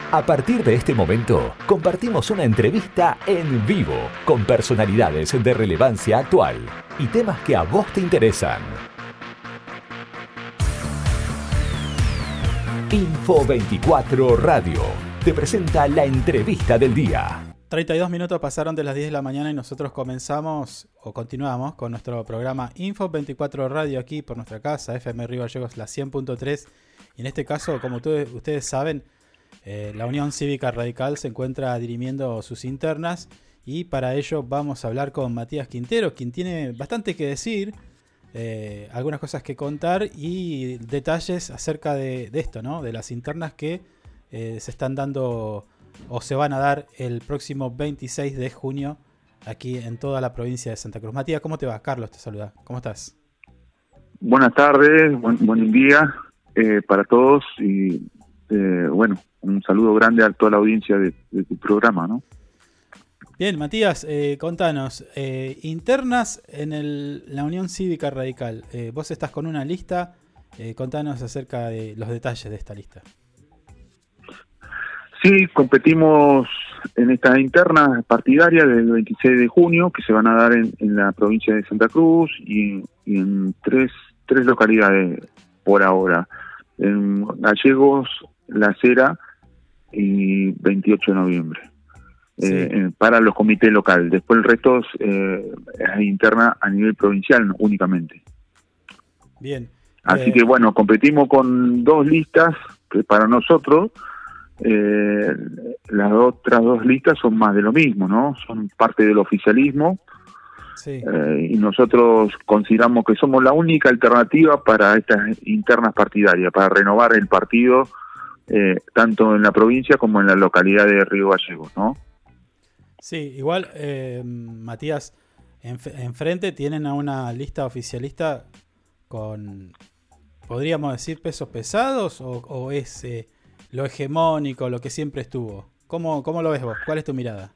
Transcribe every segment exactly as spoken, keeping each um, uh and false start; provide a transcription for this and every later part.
A partir de este momento, compartimos una entrevista en vivo con personalidades de relevancia actual y temas que a vos te interesan. Info veinticuatro Radio te presenta la entrevista del día. treinta y dos minutos pasaron de las diez de la mañana y nosotros comenzamos o continuamos con nuestro programa Info veinticuatro Radio aquí por nuestra casa, F M Río Gallegos, la cien punto tres. Y en este caso, como ustedes, ustedes saben, eh, la Unión Cívica Radical se encuentra dirimiendo sus internas y para ello vamos a hablar con Matías Quintero, quien tiene bastante que decir, eh, algunas cosas que contar y detalles acerca de, de esto, ¿no? De las internas que eh, se están dando o se van a dar el próximo veintiséis de junio aquí en toda la provincia de Santa Cruz. Matías, ¿cómo te va? Carlos te saluda. ¿Cómo estás? Buenas tardes, buen, buen día eh, para todos y eh, bueno, un saludo grande a toda la audiencia de, de tu programa, ¿no? Bien, Matías, eh, contanos, eh, internas en el, la Unión Cívica Radical. Eh, vos estás con una lista, eh, contanos acerca de los detalles de esta lista. Sí, competimos en esta interna partidaria del veintiséis de junio, que se van a dar en, en la provincia de Santa Cruz y, y en tres, tres localidades por ahora. En Gallegos, La Cera y veintiocho de noviembre. Sí. Eh, para los comités locales. Después el resto eh, es interna a nivel provincial únicamente. Bien. Así eh... que bueno, competimos con dos listas que para nosotros eh, las otras dos listas son más de lo mismo, ¿no? Son parte del oficialismo. Sí. Eh, y nosotros consideramos que somos la única alternativa para estas internas partidarias, para renovar el partido eh, tanto en la provincia como en la localidad de Río Gallegos, ¿no? Sí, igual, eh, Matías, enfrente tienen a una lista oficialista con, podríamos decir, pesos pesados o, o es eh, lo hegemónico, lo que siempre estuvo. ¿Cómo, cómo lo ves vos? ¿Cuál es tu mirada?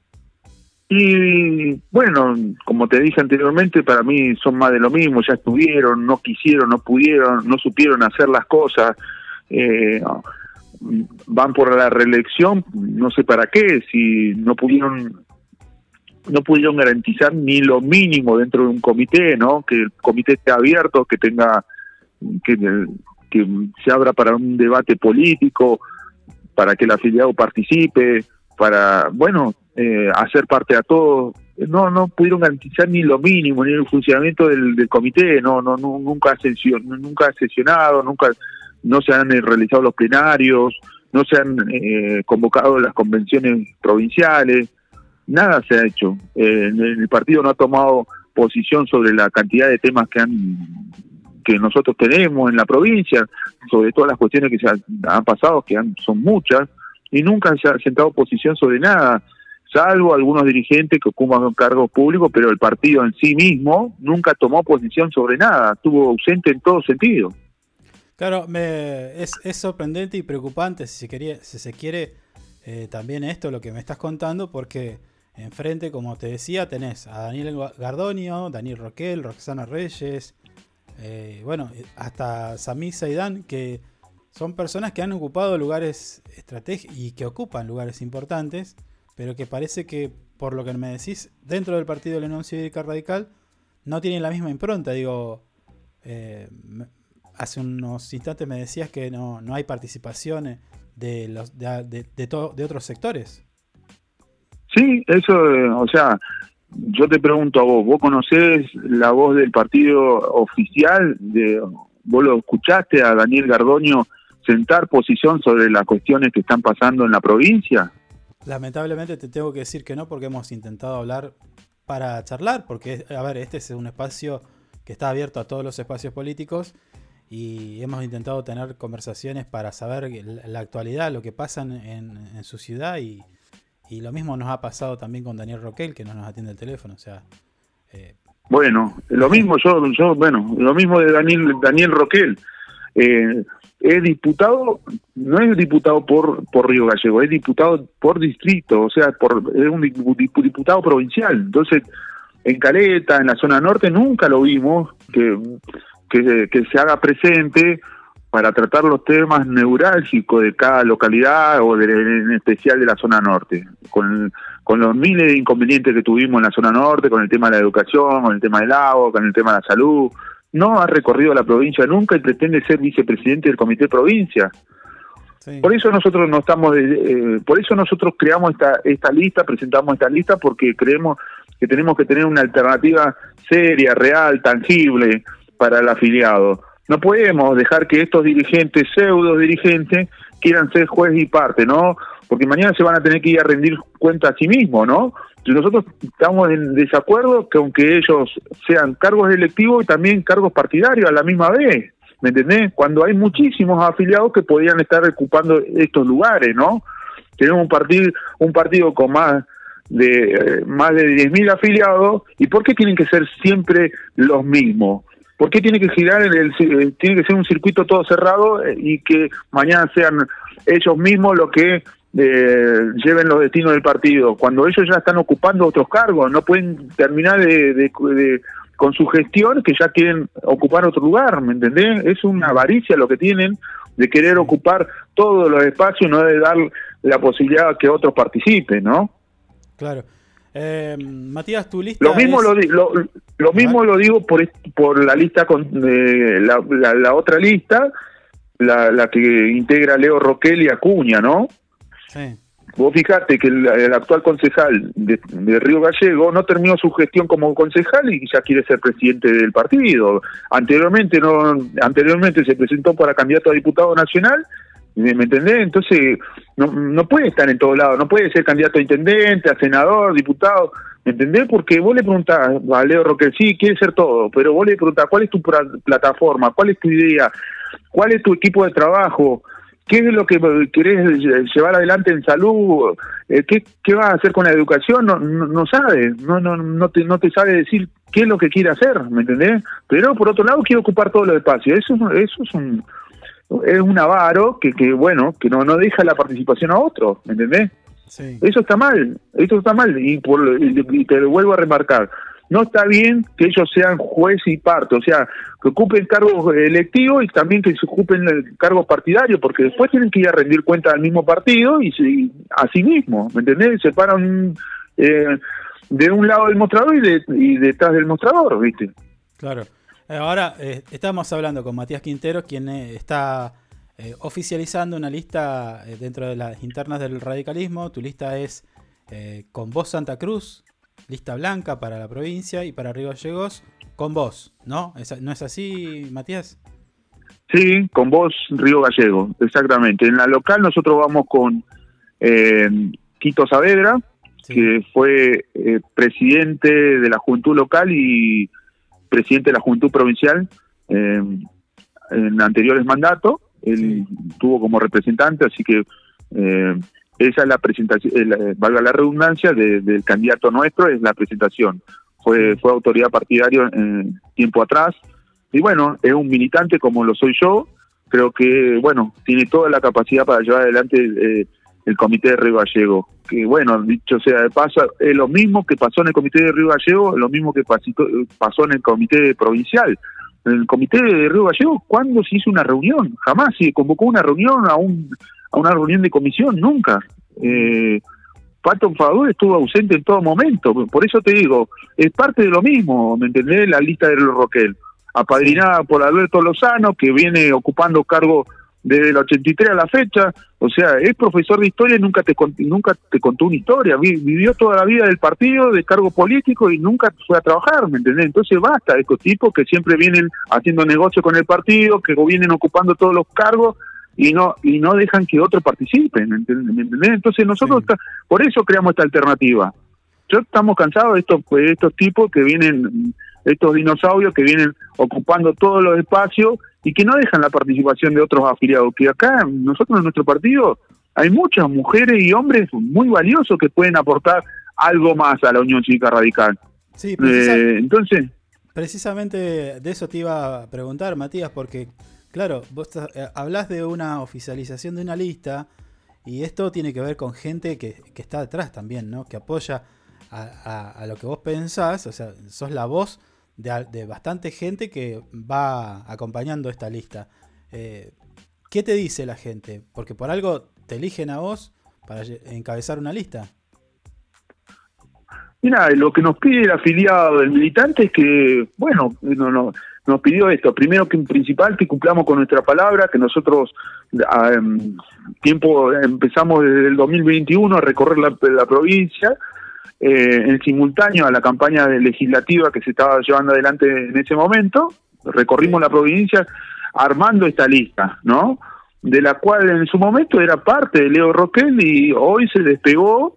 Y bueno, como te dije anteriormente, para mí son más de lo mismo, ya estuvieron, no quisieron, no pudieron, no supieron hacer las cosas, eh, van por la reelección, no sé para qué, si no pudieron no pudieron garantizar ni lo mínimo dentro de un comité, ¿no? Que el comité esté abierto, que tenga, que, que se abra para un debate político, para que el afiliado participe, para, bueno, eh, hacer parte a todos. No, no pudieron garantizar ni lo mínimo, ni el funcionamiento del, del comité, no, no, no, nunca ha sesionado, nunca ha sesionado, nunca, no se han realizado los plenarios, no se han eh, convocado las convenciones provinciales. Nada se ha hecho. Eh, el partido no ha tomado posición sobre la cantidad de temas que han que nosotros tenemos en la provincia, sobre todas las cuestiones que se han, han pasado, que han, son muchas, y nunca se ha sentado posición sobre nada, salvo algunos dirigentes que ocupan cargos públicos, pero el partido en sí mismo nunca tomó posición sobre nada, estuvo ausente en todo sentido. Claro, me, es, es sorprendente y preocupante, si se, quería, si se quiere, eh, también esto, lo que me estás contando, porque enfrente, como te decía, tenés a Daniel Gardonio, Daniel Roquel, Roxana Reyes, eh, bueno, hasta Samir Zaidán, que son personas que han ocupado lugares estratégicos y que ocupan lugares importantes, pero que parece que, por lo que me decís, dentro del partido de la Unión Cívica Radical no tienen la misma impronta. Digo, eh, hace unos instantes me decías que no, no hay participación de, los, de, de, de, to, de otros sectores. Sí, eso, o sea, yo te pregunto a vos, ¿vos conocés la voz del partido oficial? De, ¿Vos lo escuchaste a Daniel Gardonio sentar posición sobre las cuestiones que están pasando en la provincia? Lamentablemente te tengo que decir que no, porque hemos intentado hablar para charlar, porque, a ver, este es un espacio que está abierto a todos los espacios políticos y hemos intentado tener conversaciones para saber la actualidad, lo que pasa en, en su ciudad y... Y lo mismo nos ha pasado también con Daniel Roquel, que no nos atiende el teléfono, o sea... Eh... Bueno, lo mismo yo, yo bueno, lo mismo de Daniel Daniel Roquel. Eh, es diputado, no es diputado por por Río Gallegos, es diputado por distrito, o sea, por es un diputado provincial. Entonces, en Caleta, en la zona norte, nunca lo vimos que, que, que se haga presente para tratar los temas neurálgicos de cada localidad o de, en especial de la zona norte, con, con los miles de inconvenientes que tuvimos en la zona norte, con el tema de la educación, con el tema del agua, con el tema de la salud. No ha recorrido la provincia nunca y pretende ser vicepresidente del comité de provincia. Sí. Por eso nosotros no estamos, de, eh, por eso nosotros creamos esta esta lista, presentamos esta lista porque creemos que tenemos que tener una alternativa seria, real, tangible para el afiliado. No podemos dejar que estos dirigentes, pseudo dirigentes, quieran ser juez y parte, ¿no? Porque mañana se van a tener que ir a rendir cuenta a sí mismos, ¿no? Nosotros estamos en desacuerdo que aunque ellos sean cargos electivos y también cargos partidarios a la misma vez, ¿me entendés? Cuando hay muchísimos afiliados que podrían estar ocupando estos lugares, ¿no? Tenemos un partido, un partido con más de eh, más de diez mil afiliados, ¿y por qué tienen que ser siempre los mismos? ¿Por qué tiene que girar, el, el, tiene que ser un circuito todo cerrado y que mañana sean ellos mismos los que eh, lleven los destinos del partido? Cuando ellos ya están ocupando otros cargos, no pueden terminar de, de, de con su gestión que ya quieren ocupar otro lugar, ¿me entendés? Es una avaricia lo que tienen de querer ocupar todos los espacios, no de dar la posibilidad a que otros participen, ¿no? Claro. Eh, Matías, tu lista lo mismo es... lo, lo, lo mismo lo digo por por la lista con eh, la, la, la otra lista, la, la que integra Leo Roquel y Acuña, ¿no? Sí. Vos fijate que el, el actual concejal de, de Río Gallego no terminó su gestión como concejal y ya quiere ser presidente del partido. Anteriormente no anteriormente se presentó para candidato a diputado nacional. ¿Me entendés? Entonces, no, no puede estar en todos lados, no puede ser candidato a intendente, a senador, diputado, ¿me entendés? Porque vos le preguntás a Leo Roquel, sí, quiere ser todo, pero vos le preguntás, ¿cuál es tu plataforma? ¿Cuál es tu idea? ¿Cuál es tu equipo de trabajo? ¿Qué es lo que querés llevar adelante en salud? ¿Qué, qué vas a hacer con la educación? No, no, no sabe, no, no, no, te, no te sabe decir qué es lo que quiere hacer, ¿me entendés? Pero por otro lado quiere ocupar todos los espacios, eso, eso es un... es un avaro que, que bueno, que no, no deja la participación a otros, ¿me entendés? Sí. Eso está mal, eso está mal, y, por, y, y te lo vuelvo a remarcar, no está bien que ellos sean juez y parte, o sea, que ocupen cargos electivos y también que se ocupen cargos partidarios, porque después tienen que ir a rendir cuenta al mismo partido y, y a sí mismo, ¿me entendés? Se paran eh, de un lado del mostrador y, de, y detrás del mostrador, ¿viste? Claro. Ahora eh, estamos hablando con Matías Quintero, quien eh, está eh, oficializando una lista eh, dentro de las internas del radicalismo. Tu lista es eh, Con Vos Santa Cruz, lista blanca para la provincia, y para Río Gallegos, Con Vos, ¿no? ¿Es, ¿No es así, Matías? Sí, Con Vos Río Gallego, exactamente. En la local nosotros vamos con eh, Quito Saavedra, sí, que fue eh, presidente de la Juventud Local y presidente de la Juventud Provincial eh, en anteriores mandatos. Él sí tuvo como representante, así que eh, esa es la presentación, eh, la, valga la redundancia, de, del candidato nuestro, es la presentación. Fue fue autoridad partidaria en tiempo atrás, y bueno, es un militante como lo soy yo. Creo que, bueno, tiene toda la capacidad para llevar adelante eh, el comité de Río Gallego, que bueno, dicho sea de paso, es lo mismo que pasó en el comité de Río Gallego, lo mismo que pasito, pasó en el comité provincial. En el comité de Río Gallego, ¿cuándo se hizo una reunión? Jamás se convocó una reunión, a un a una reunión de comisión, nunca. Eh, Pato Enfador estuvo ausente en todo momento, por eso te digo, es parte de lo mismo, ¿me entendés? La lista de los Roquel, apadrinada por Alberto Lozano, que viene ocupando cargo desde el ochenta y tres a la fecha. O sea, es profesor de historia y nunca te nunca te contó una historia, vivió toda la vida del partido, de cargo político, y nunca fue a trabajar, ¿me entendés? Entonces basta de estos tipos que siempre vienen haciendo negocio con el partido, que vienen ocupando todos los cargos y no y no dejan que otros participen, ¿me entendés? Entonces nosotros, sí, está, por eso creamos esta alternativa. Yo estamos cansados de estos, de estos tipos que vienen, estos dinosaurios que vienen ocupando todos los espacios y que no dejan la participación de otros afiliados, que acá nosotros en nuestro partido hay muchas mujeres y hombres muy valiosos que pueden aportar algo más a la Unión Cívica Radical. Sí, precisa- eh, entonces precisamente de eso te iba a preguntar, Matías, porque claro, vos eh, hablás de una oficialización de una lista, y esto tiene que ver con gente que, que está detrás también, ¿no? Que apoya a, a, a lo que vos pensás, o sea, sos la voz de, de bastante gente que va acompañando esta lista. Eh, ¿qué te dice la gente? Porque por algo te eligen a vos para encabezar una lista. Mira, lo que nos pide el afiliado del militante es que, bueno, no, no, nos pidió esto. Primero, que en principal, que cumplamos con nuestra palabra, que nosotros um, tiempo empezamos desde el dos mil veintiuno a recorrer la, la provincia, eh, en simultáneo a la campaña legislativa que se estaba llevando adelante en ese momento. Recorrimos la provincia armando esta lista, ¿no? De la cual en su momento era parte de Leo Roquel y hoy se despegó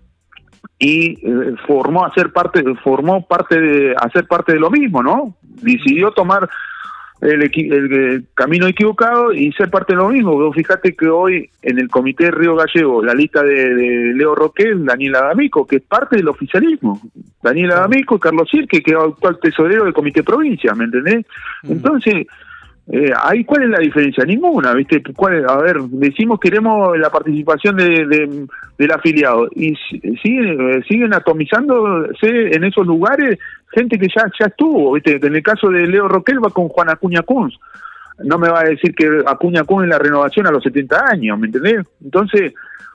y eh, formó hacer parte formó parte de hacer parte de lo mismo, ¿no? Decidió tomar el, equi- el, el camino equivocado y ser parte de lo mismo. Vos fíjate que hoy en el Comité de Río Gallego, la lista de, de Leo Roquel, Daniela D'Amico, que es parte del oficialismo, Daniela D'Amico y Carlos Cirque, que es actual tesorero del Comité Provincia, ¿me entendés? Mm. Entonces, Eh, ahí, ¿cuál es la diferencia? Ninguna, ¿viste? ¿Cuál es? A ver, decimos queremos la participación de, de del afiliado y siguen, siguen atomizándose en esos lugares gente que ya ya estuvo, ¿viste? En el caso de Leo Roquel va con Juan Acuña Kunz. No me va a decir que Acuña Kunz es la renovación a los setenta años, ¿me entendés? Entonces,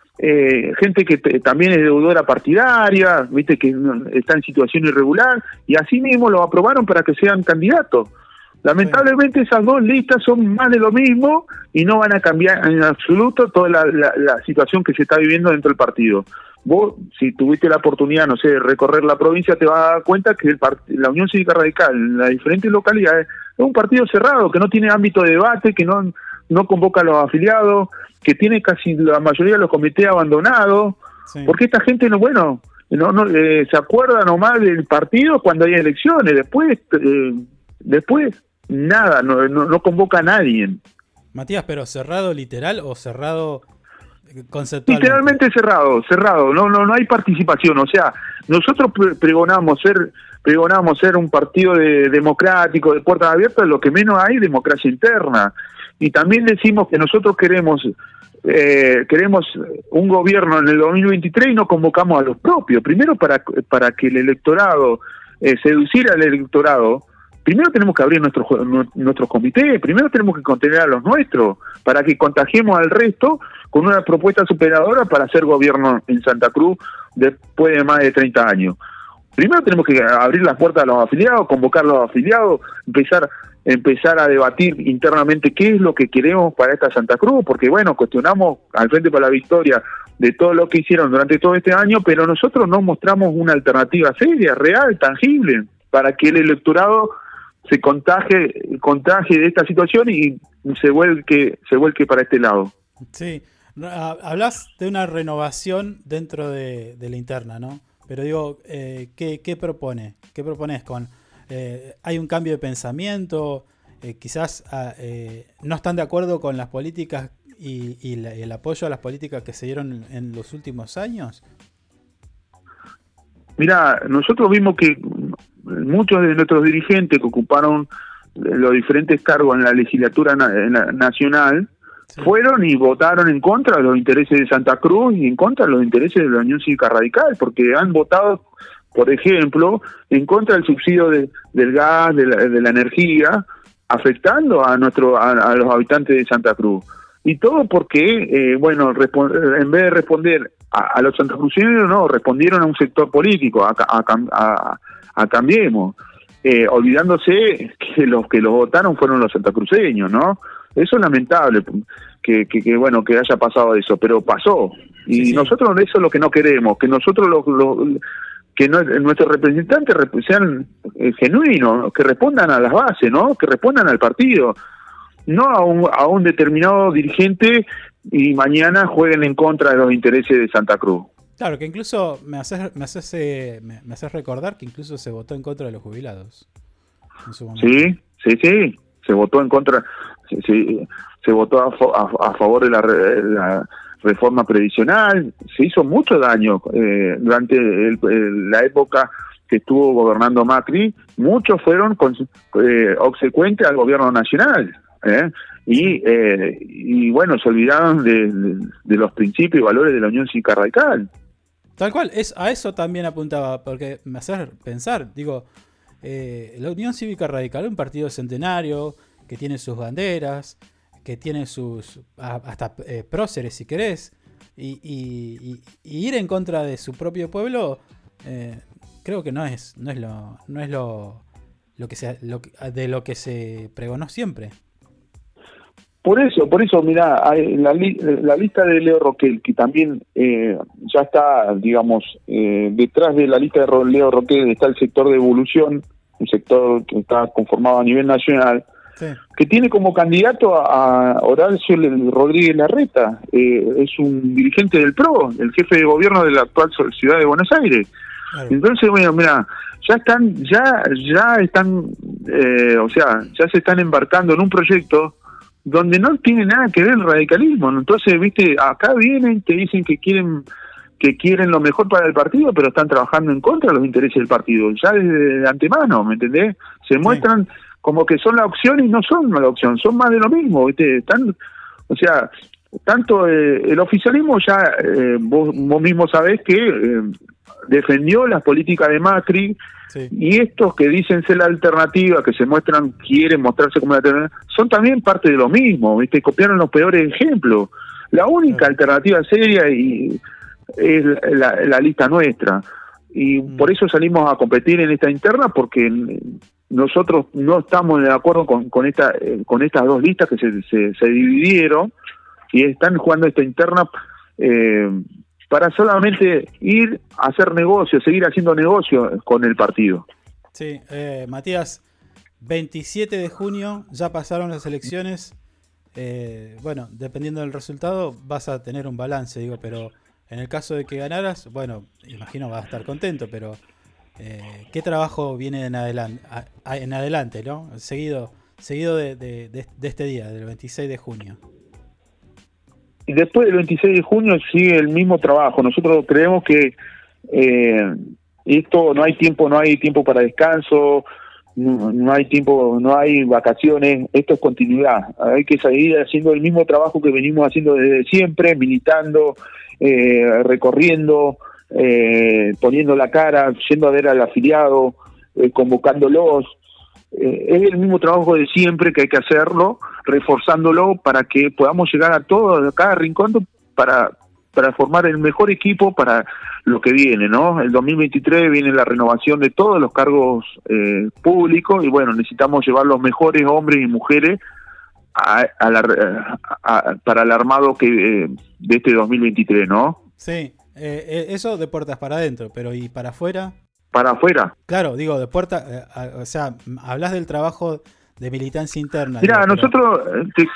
eh, gente que t- también es deudora partidaria, ¿viste? Que está en situación irregular y así mismo lo aprobaron para que sean candidatos. Lamentablemente esas dos listas son más de lo mismo y no van a cambiar en absoluto toda la, la, la situación que se está viviendo dentro del partido. Vos, si tuviste la oportunidad, no sé, de recorrer la provincia, te vas a dar cuenta que el part- la Unión Cívica Radical en las diferentes localidades es un partido cerrado, que no tiene ámbito de debate, que no, no convoca a los afiliados, que tiene casi la mayoría de los comités abandonados, sí. Porque esta gente, no bueno, no, no eh, se acuerda nomás del partido cuando hay elecciones, después... Eh, después... Nada, no, no, no convoca a nadie. Matías, pero cerrado literal o cerrado conceptualmente. Literalmente cerrado, cerrado. No, no, no hay participación. O sea, nosotros pregonamos ser, pregonamos ser un partido de, democrático, de puertas abiertas. Lo que menos hay democracia interna. Y también decimos que nosotros queremos, eh, queremos un gobierno en el dos mil veintitrés y no convocamos a los propios. Primero para para que el electorado eh, seducir al electorado. Primero tenemos que abrir nuestros nuestros comités, primero tenemos que contener a los nuestros, para que contagiemos al resto con una propuesta superadora para hacer gobierno en Santa Cruz después de más de treinta años. Primero tenemos que abrir las puertas a los afiliados, convocar a los afiliados, empezar, empezar a debatir internamente qué es lo que queremos para esta Santa Cruz, porque bueno, cuestionamos al Frente para la Victoria de todo lo que hicieron durante todo este año, pero nosotros no mostramos una alternativa seria, real, tangible, para que el electorado se contagie, contagie de esta situación y se vuelque, se vuelque para este lado. Sí, hablas de una renovación dentro de, de la interna, ¿no? Pero digo, eh, ¿qué, qué propone? ¿Qué propones con? Eh, ¿Hay un cambio de pensamiento? Eh, quizás eh, no están de acuerdo con las políticas y, y la, el apoyo a las políticas que se dieron en los últimos años. Mira, nosotros vimos que muchos de nuestros dirigentes que ocuparon los diferentes cargos en la legislatura na- en la nacional sí. fueron y votaron en contra de los intereses de Santa Cruz y en contra de los intereses de la Unión Cívica Radical, porque han votado, por ejemplo, en contra del subsidio de, del gas, de la, de la energía, afectando a nuestro a, a los habitantes de Santa Cruz. Y todo porque, eh, bueno, respond- en vez de responder a, a los santacruceños, no, respondieron a un sector político, a, a, a, a Cambiemos, eh, olvidándose que los que los votaron fueron los santacruceños, ¿no? Eso es lamentable, que, que, que bueno, que haya pasado eso, pero pasó. Y sí, sí. Nosotros eso es lo que no queremos, que nosotros los... los que no, nuestros representantes sean eh, genuinos, que respondan a las bases, ¿no? Que respondan al partido, no a un, a un determinado dirigente y mañana jueguen en contra de los intereses de Santa Cruz. Claro, que incluso me haces, me haces, eh, me, me haces recordar que incluso se votó en contra de los jubilados. En su momento. Sí, sí, sí, se votó en contra, sí, sí, se votó a, a, a favor de la, la reforma previsional, se hizo mucho daño eh, durante el, el, la época que estuvo gobernando Macri, muchos fueron con, eh, obsecuentes al gobierno nacional, ¿eh? y eh, y bueno, se olvidaron de, de, de los principios y valores de la Unión Cívica Radical. Tal cual, es, a eso también apuntaba, porque me hace pensar, digo, eh, la Unión Cívica Radical es un partido centenario, que tiene sus banderas, que tiene sus hasta eh, próceres, si querés, y, y, y, y ir en contra de su propio pueblo, eh, creo que no es, no es lo, no es lo, lo que se, lo, de lo que se pregonó siempre. Por eso, por eso, mirá, hay la, li- la lista de Leo Roquel, que también eh, ya está, digamos, eh, detrás de la lista de Ro- Leo Roquel está el sector de Evolución, un sector que está conformado a nivel nacional, sí, que tiene como candidato a, a Horacio Rodríguez Larreta, eh, es un dirigente del P R O, el jefe de gobierno de la actual ciudad de Buenos Aires. Claro. Entonces, bueno, mira, ya están, ya, ya están, eh, o sea, ya se están embarcando en un proyecto donde no tiene nada que ver el radicalismo. Entonces, viste, acá vienen, te dicen que quieren que quieren lo mejor para el partido, pero están trabajando en contra de los intereses del partido, ya desde de antemano, ¿me entendés? Se muestran sí. como que son la opción y no son la opción, son más de lo mismo, viste, están, o sea, tanto eh, el oficialismo ya, eh, vos, vos mismo sabés que eh, defendió las políticas de Macri, sí. y estos que dicen ser la alternativa, que se muestran, quieren mostrarse como la alternativa, son también parte de lo mismo, ¿viste? Copiaron los peores ejemplos. La única sí. alternativa seria y es la, la lista nuestra. Y mm. por eso salimos a competir en esta interna, porque nosotros no estamos de acuerdo con, con, esta, con estas dos listas que se, se, se dividieron y están jugando esta interna eh, para solamente ir a hacer negocio, seguir haciendo negocio con el partido. Sí, eh, Matías, veintisiete de junio, ya pasaron las elecciones. Eh, bueno, dependiendo del resultado, vas a tener un balance, digo, pero en el caso de que ganaras, bueno, imagino vas a estar contento, pero eh, ¿qué trabajo viene en adelante, a, a, en adelante, ¿no? Seguido, seguido de, de, de, de este día, del veintiséis de junio. Y después del veintiséis de junio sigue el mismo trabajo. Nosotros creemos que eh, esto no hay tiempo, no hay tiempo para descanso, no, no hay tiempo, no hay vacaciones. Esto es continuidad. Hay que seguir haciendo el mismo trabajo que venimos haciendo desde siempre, militando, eh, recorriendo, eh, poniendo la cara, yendo a ver al afiliado, eh, convocándolos. Eh, es el mismo trabajo de siempre que hay que hacerlo, reforzándolo para que podamos llegar a todo, a cada rincón para para formar el mejor equipo para lo que viene, ¿no? El dos mil veintitrés viene la renovación de todos los cargos eh, públicos y bueno, necesitamos llevar los mejores hombres y mujeres a, a la, a, a, para el armado que eh, de este dos mil veintitrés, ¿no? Sí, eh, eso de puertas para adentro, pero ¿y para afuera? Para afuera. Claro, digo, de puerta, eh, o sea, hablas del trabajo de militancia interna. Mira, digo, nosotros pero... te,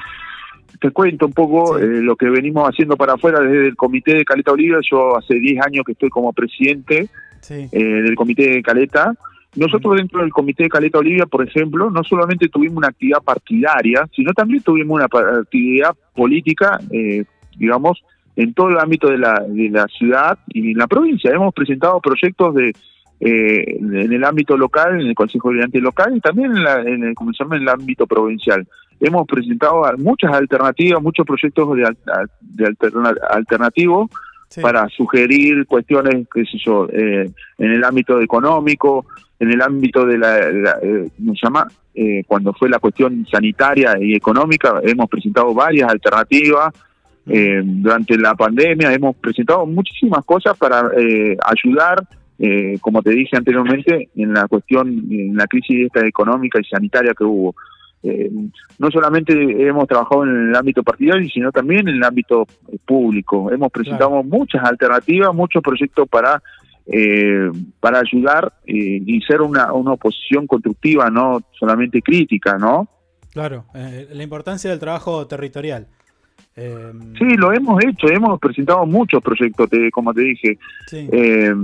te cuento un poco sí. eh, lo que venimos haciendo para afuera desde el Comité de Caleta Olivia. Yo hace diez años que estoy como presidente sí. eh, del Comité de Caleta. Nosotros mm. dentro del Comité de Caleta Olivia, por ejemplo, no solamente tuvimos una actividad partidaria, sino también tuvimos una actividad política, eh, digamos, en todo el ámbito de la, de la ciudad y en la provincia. Hemos presentado proyectos de eh, en el ámbito local, en el Consejo Deliberante local y también en, la, en, el, en el ámbito provincial. Hemos presentado muchas alternativas, muchos proyectos de, de alterna, alternativos sí. para sugerir cuestiones, qué sé yo, eh, en el ámbito económico, en el ámbito de la, de la eh, ¿cómo se llama? Eh, cuando fue la cuestión sanitaria y económica, hemos presentado varias alternativas. Eh, durante la pandemia hemos presentado muchísimas cosas para eh, ayudar, eh, como te dije anteriormente, en la cuestión, en la crisis esta económica y sanitaria que hubo. Eh, no solamente hemos trabajado en el ámbito partidario, sino también en el ámbito eh, público. Hemos presentado claro. muchas alternativas, muchos proyectos para eh, para ayudar eh, y ser una, una oposición constructiva, no solamente crítica, ¿no? Claro, eh, la importancia del trabajo territorial. Eh, sí, lo hemos hecho, hemos presentado muchos proyectos, te, como te dije. Sí. Eh,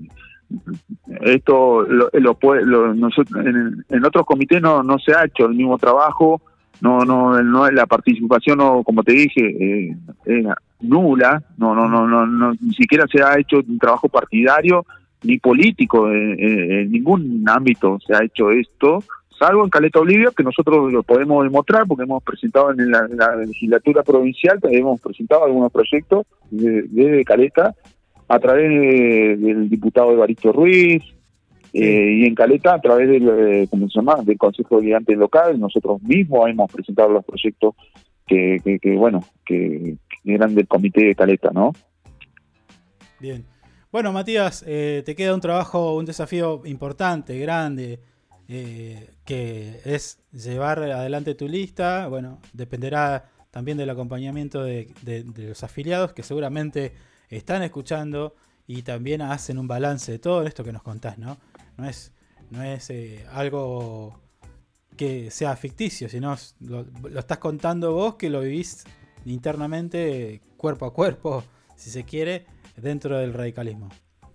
esto lo, lo, lo nosotros en, en otros comités no no se ha hecho el mismo trabajo, no no no la participación, no, como te dije, eh, es nula, no no no no no ni siquiera se ha hecho un trabajo partidario ni político en, en, en ningún ámbito se ha hecho esto, salvo en Caleta Olivia, que nosotros lo podemos demostrar porque hemos presentado en la, en la legislatura provincial, hemos presentado algunos proyectos desde de Caleta a través de, del diputado Evaristo Ruiz, Sí. Eh, y en Caleta, a través del, eh, ¿cómo se llama? del Consejo Deliberante Local, nosotros mismos hemos presentado los proyectos que, que, que bueno, que, que eran del Comité de Caleta, ¿no? Bien. Bueno, Matías, eh, te queda un trabajo, un desafío importante, grande, eh, que es llevar adelante tu lista. Bueno, dependerá también del acompañamiento de, de, de los afiliados que seguramente están escuchando y también hacen un balance de todo esto que nos contás, ¿no? No es, no es eh, algo que sea ficticio, sino lo, lo estás contando vos, que lo vivís internamente, cuerpo a cuerpo, si se quiere, dentro del radicalismo.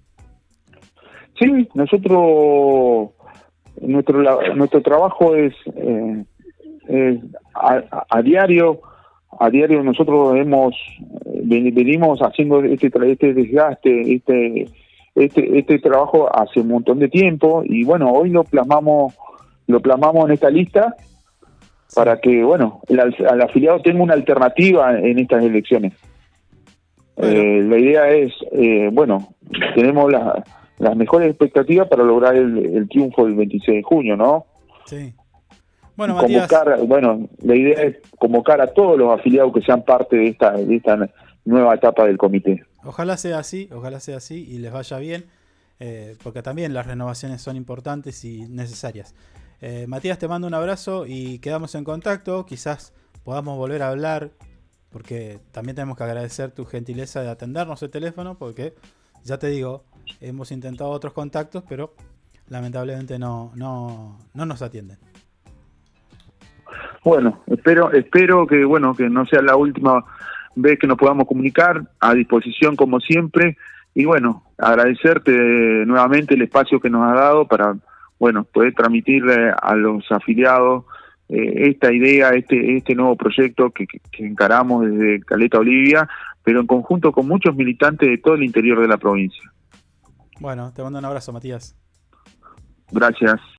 Sí, nosotros, nuestro nuestro trabajo es, eh, es a, a, a diario, a diario nosotros hemos venimos haciendo este este desgaste, este este este trabajo hace un montón de tiempo y bueno, hoy lo plasmamos lo plasmamos en esta lista para que bueno el, el afiliado tenga una alternativa en estas elecciones. Bueno. Eh, la idea es eh, bueno, tenemos la, las mejores expectativas para lograr el, el triunfo del veintiséis de junio, ¿no? Sí. Bueno, convocar, Matías. Bueno, la idea es convocar a todos los afiliados que sean parte de esta de esta nueva etapa del comité. Ojalá sea así, ojalá sea así y les vaya bien, eh, porque también las renovaciones son importantes y necesarias. Eh, Matías, te mando un abrazo y quedamos en contacto. Quizás podamos volver a hablar, porque también tenemos que agradecer tu gentileza de atendernos el teléfono, porque ya te digo, hemos intentado otros contactos, pero lamentablemente no, no, no nos atienden. Bueno, espero, espero que bueno que no sea la última vez que nos podamos comunicar, a disposición como siempre, y bueno, agradecerte nuevamente el espacio que nos ha dado para, bueno, poder transmitirle a los afiliados eh, esta idea, este este nuevo proyecto que, que, que encaramos desde Caleta Olivia, pero en conjunto con muchos militantes de todo el interior de la provincia. Bueno, te mando un abrazo, Matías. Gracias.